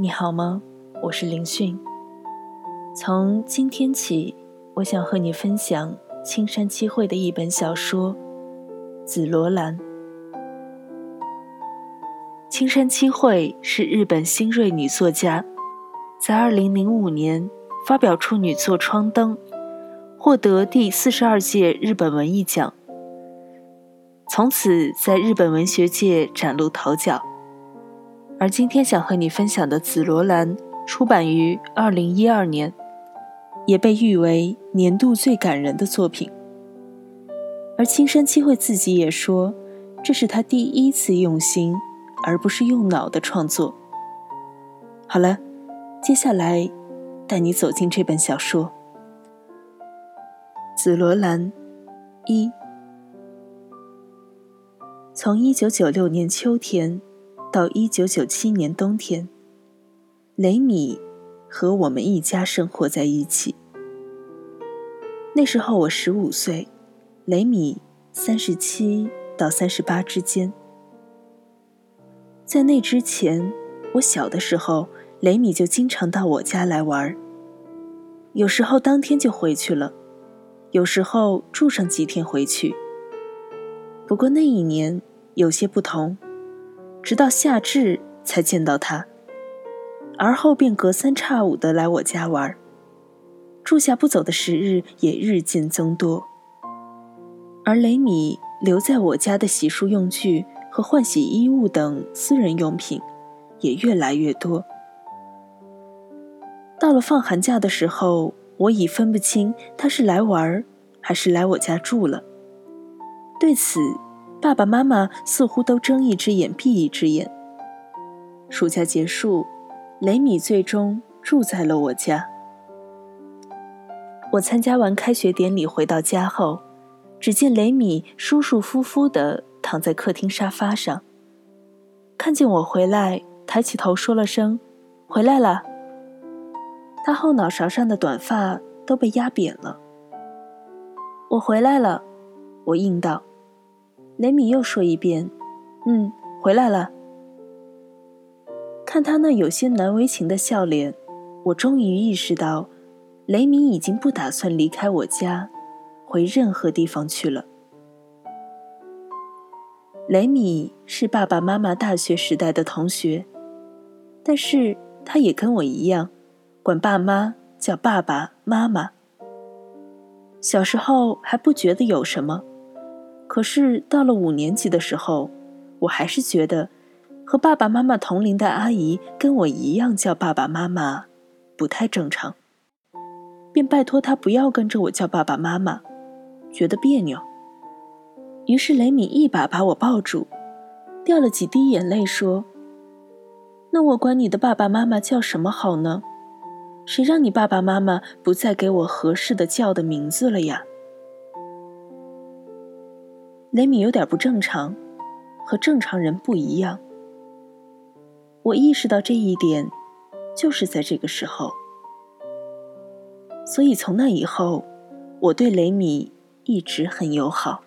你好吗？我是林迅。从今天起，我想和你分享青山七惠的一本小说《紫罗兰》。青山七惠是日本新锐女作家，在2005年发表处女作《窗灯》，获得第42届日本文艺奖，从此在日本文学界崭露头角。而今天想和你分享的《紫罗兰》出版于2012年，也被誉为年度最感人的作品。而青山七惠自己也说，这是他第一次用心而不是用脑的创作。好了，接下来带你走进这本小说《紫罗兰》1。从1996年秋天到1997年冬天，雷米和我们一家生活在一起。那时候我15岁，雷米37到38之间。在那之前，我小的时候，雷米就经常到我家来玩，有时候当天就回去了，有时候住上几天回去。不过那一年有些不同，直到夏至才见到他，而后便隔三差五地来我家玩，住下不走的时日也日渐增多。而雷米留在我家的洗漱用具和换洗衣物等私人用品也越来越多。到了放寒假的时候，我已分不清他是来玩还是来我家住了。对此，爸爸妈妈似乎都睁一只眼闭一只眼。暑假结束，雷米最终住在了我家。我参加完开学典礼回到家后，只见雷米舒舒服服地躺在客厅沙发上，看见我回来，抬起头说了声回来了。他后脑勺上的短发都被压扁了。我回来了，我应道。雷米又说一遍，回来了。看他那有些难为情的笑脸，我终于意识到，雷米已经不打算离开我家，回任何地方去了。雷米是爸爸妈妈大学时代的同学，但是他也跟我一样，管爸妈叫爸爸妈妈。小时候还不觉得有什么，可是到了5年级的时候，我还是觉得和爸爸妈妈同龄的阿姨跟我一样叫爸爸妈妈不太正常，便拜托他不要跟着我叫爸爸妈妈，觉得别扭。于是雷米一把把我抱住，掉了几滴眼泪说，那我管你的爸爸妈妈叫什么好呢？谁让你爸爸妈妈不再给我合适的叫的名字了呀？雷米有点不正常，和正常人不一样。我意识到这一点，就是在这个时候。所以从那以后，我对雷米一直很友好。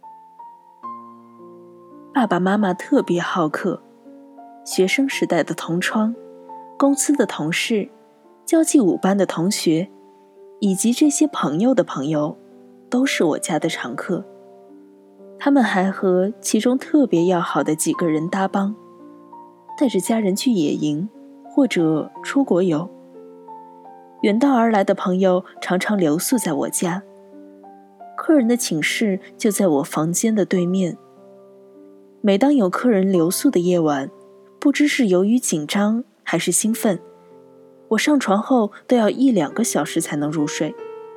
爸爸妈妈特别好客，学生时代的同窗，公司的同事，交际舞班的同学，以及这些朋友的朋友，都是我家的常客。他们还和其中特别要好的几个人搭帮，带着家人去野营或者出国游。远道而来的朋友常常留宿在我家，客人的寝室就在我房间的对面。每当有客人留宿的夜晚，不知是由于紧张还是兴奋，我上床后都要1-2个小时才能入睡。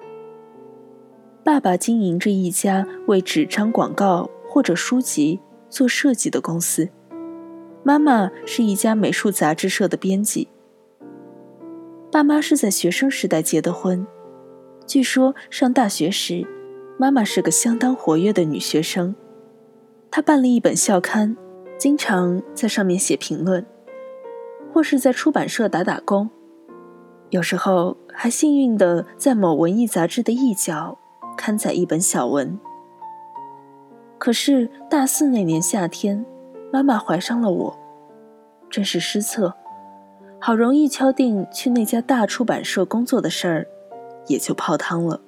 爸爸经营着一家为纸张广告或者书籍做设计的公司，妈妈是一家美术杂志社的编辑。爸妈是在学生时代结的婚，据说上大学时，妈妈是个相当活跃的女学生。她办了一本校刊，经常在上面写评论，或是在出版社打打工，有时候还幸运地在某文艺杂志的一角刊载一本小文。可是大4那年夏天，妈妈怀上了我，真是失策。 好容易敲定去那家大出版社工作的事儿，也就泡汤了。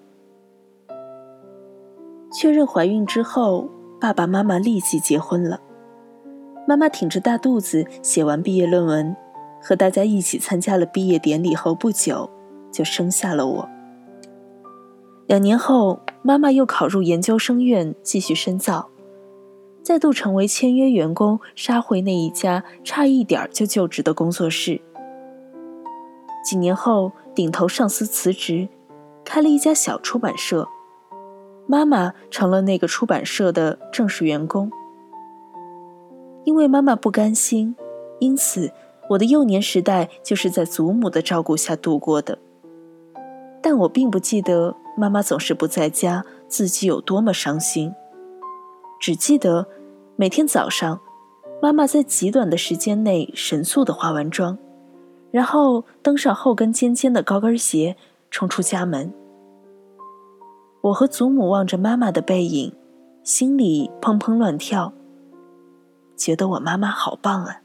确认怀孕之后，爸爸妈妈立即结婚了。妈妈挺着大肚子写完毕业论文，和大家一起参加了毕业典礼后不久，就生下了我。2年后，妈妈又考入研究生院继续深造，再度成为签约员工，杀回那一家差一点就就职的工作室。几年后，顶头上司辞职，开了一家小出版社，妈妈成了那个出版社的正式员工。因为妈妈不甘心，因此我的幼年时代就是在祖母的照顾下度过的。但我并不记得妈妈总是不在家，自己有多么伤心，只记得每天早上，妈妈在极短的时间内神速地化完妆，然后登上后跟尖尖的高跟鞋，冲出家门。我和祖母望着妈妈的背影，心里砰砰乱跳，觉得我妈妈好棒啊。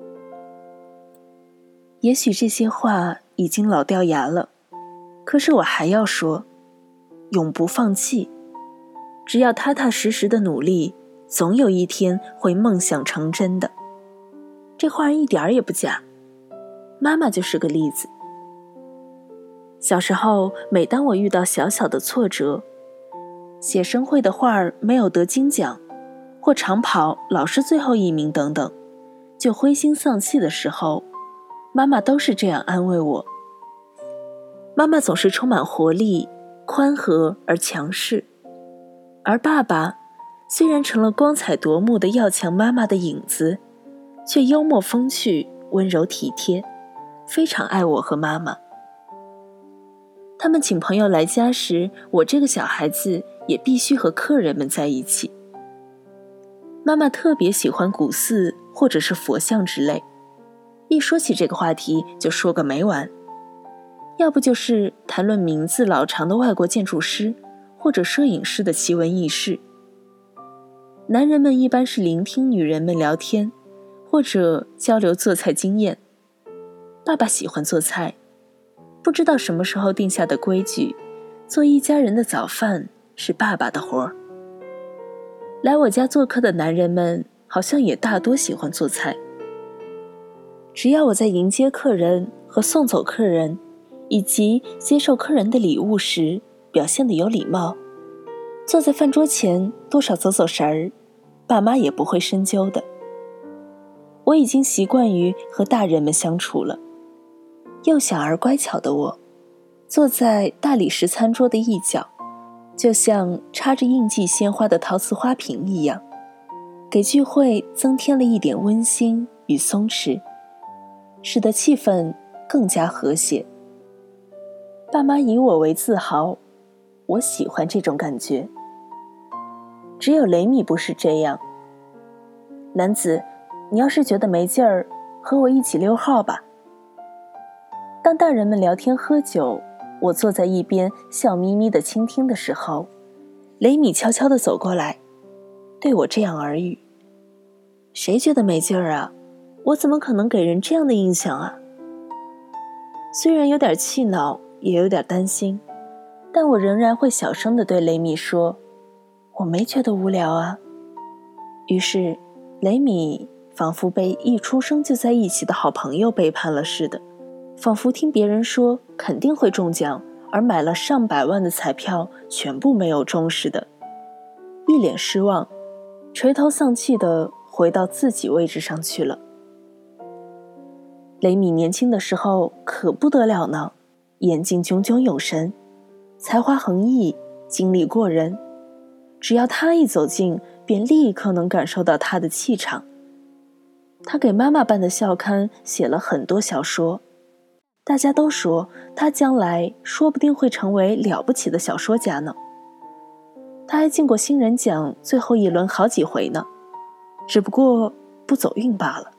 也许这些话已经老掉牙了，可是我还要说，永不放弃，只要踏踏实实的努力，总有一天会梦想成真的。这话一点也不假，妈妈就是个例子。小时候，每当我遇到小小的挫折，写生会的画没有得金奖，或长跑老是最后1名等等，就灰心丧气的时候，妈妈都是这样安慰我。妈妈总是充满活力，宽和而强势，而爸爸虽然成了光彩夺目的要强妈妈的影子，却幽默风趣，温柔体贴，非常爱我和妈妈。他们请朋友来家时，我这个小孩子也必须和客人们在一起。妈妈特别喜欢古寺或者是佛像之类，一说起这个话题就说个没完，要不就是谈论名字老长的外国建筑师或者摄影师的奇闻异事。男人们一般是聆听女人们聊天，或者交流做菜经验。爸爸喜欢做菜，不知道什么时候定下的规矩，做一家人的早饭是爸爸的活儿。来我家做客的男人们好像也大多喜欢做菜。只要我在迎接客人和送走客人，以及接受客人的礼物时表现得有礼貌，坐在饭桌前多少走走神儿，爸妈也不会深究的。我已经习惯于和大人们相处了。幼小而乖巧的我，坐在大理石餐桌的一角，就像插着印记鲜花的陶瓷花瓶一样，给聚会增添了一点温馨与松弛，使得气氛更加和谐。爸妈以我为自豪，我喜欢这种感觉。只有雷米不是这样。男子，你要是觉得没劲儿，和我一起溜号吧。当大人们聊天喝酒，我坐在一边笑眯眯地倾听的时候，雷米悄悄地走过来，对我这样耳语：谁觉得没劲儿啊？我怎么可能给人这样的印象啊？虽然有点气恼，也有点担心，但我仍然会小声地对雷米说：我没觉得无聊啊。于是雷米仿佛被一出生就在一起的好朋友背叛了似的，仿佛听别人说肯定会中奖，而买了上百万的彩票全部没有中似的，一脸失望，垂头丧气地回到自己位置上去了。雷米年轻的时候可不得了呢，眼睛炯炯有神，才华横溢，精力过人，只要他一走近，便立刻能感受到他的气场。他给妈妈办的校刊写了很多小说，大家都说他将来说不定会成为了不起的小说家呢。他还进过新人奖最后一轮好几回呢，只不过不走运罢了。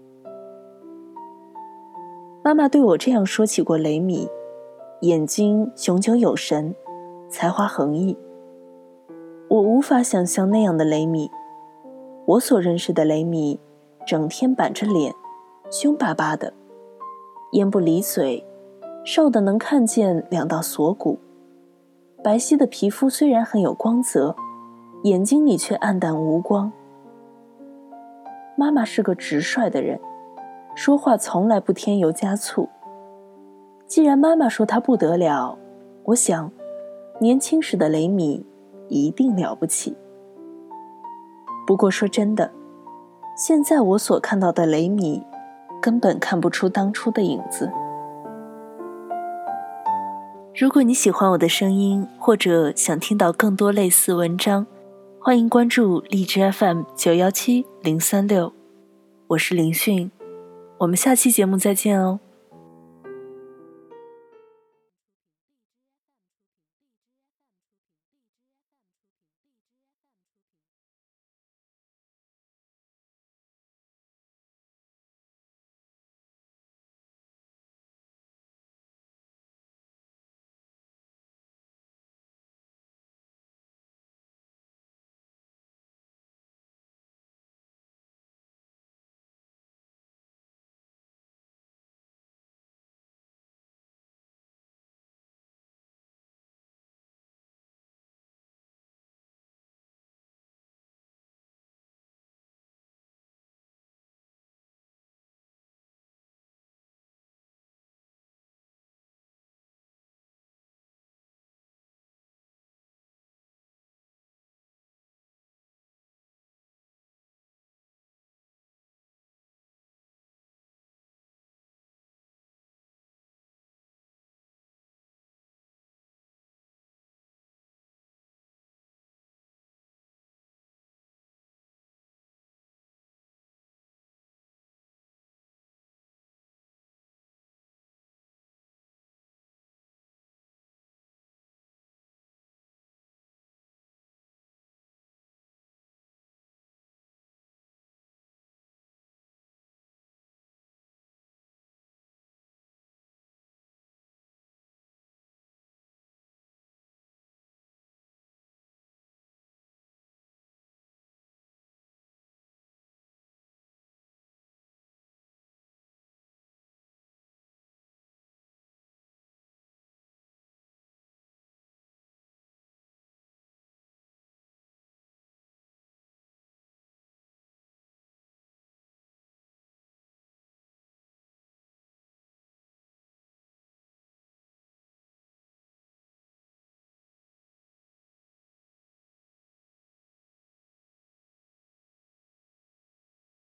妈妈对我这样说起过雷米，眼睛炯炯有神，才华横溢。我无法想象那样的雷米。我所认识的雷米整天板着脸，凶巴巴的， 烟不离嘴，瘦得能看见2道锁骨，白皙的皮肤虽然很有光泽，眼睛里却暗淡无光。妈妈是个直率的人，说话从来不添油加醋。既然妈妈说她不得了，我想年轻时的雷米一定了不起。不过说真的，现在我所看到的雷米根本看不出当初的影子。如果你喜欢我的声音，或者想听到更多类似文章，欢迎关注荔枝 FM 917-036，我是林迅，我们下期节目再见哦。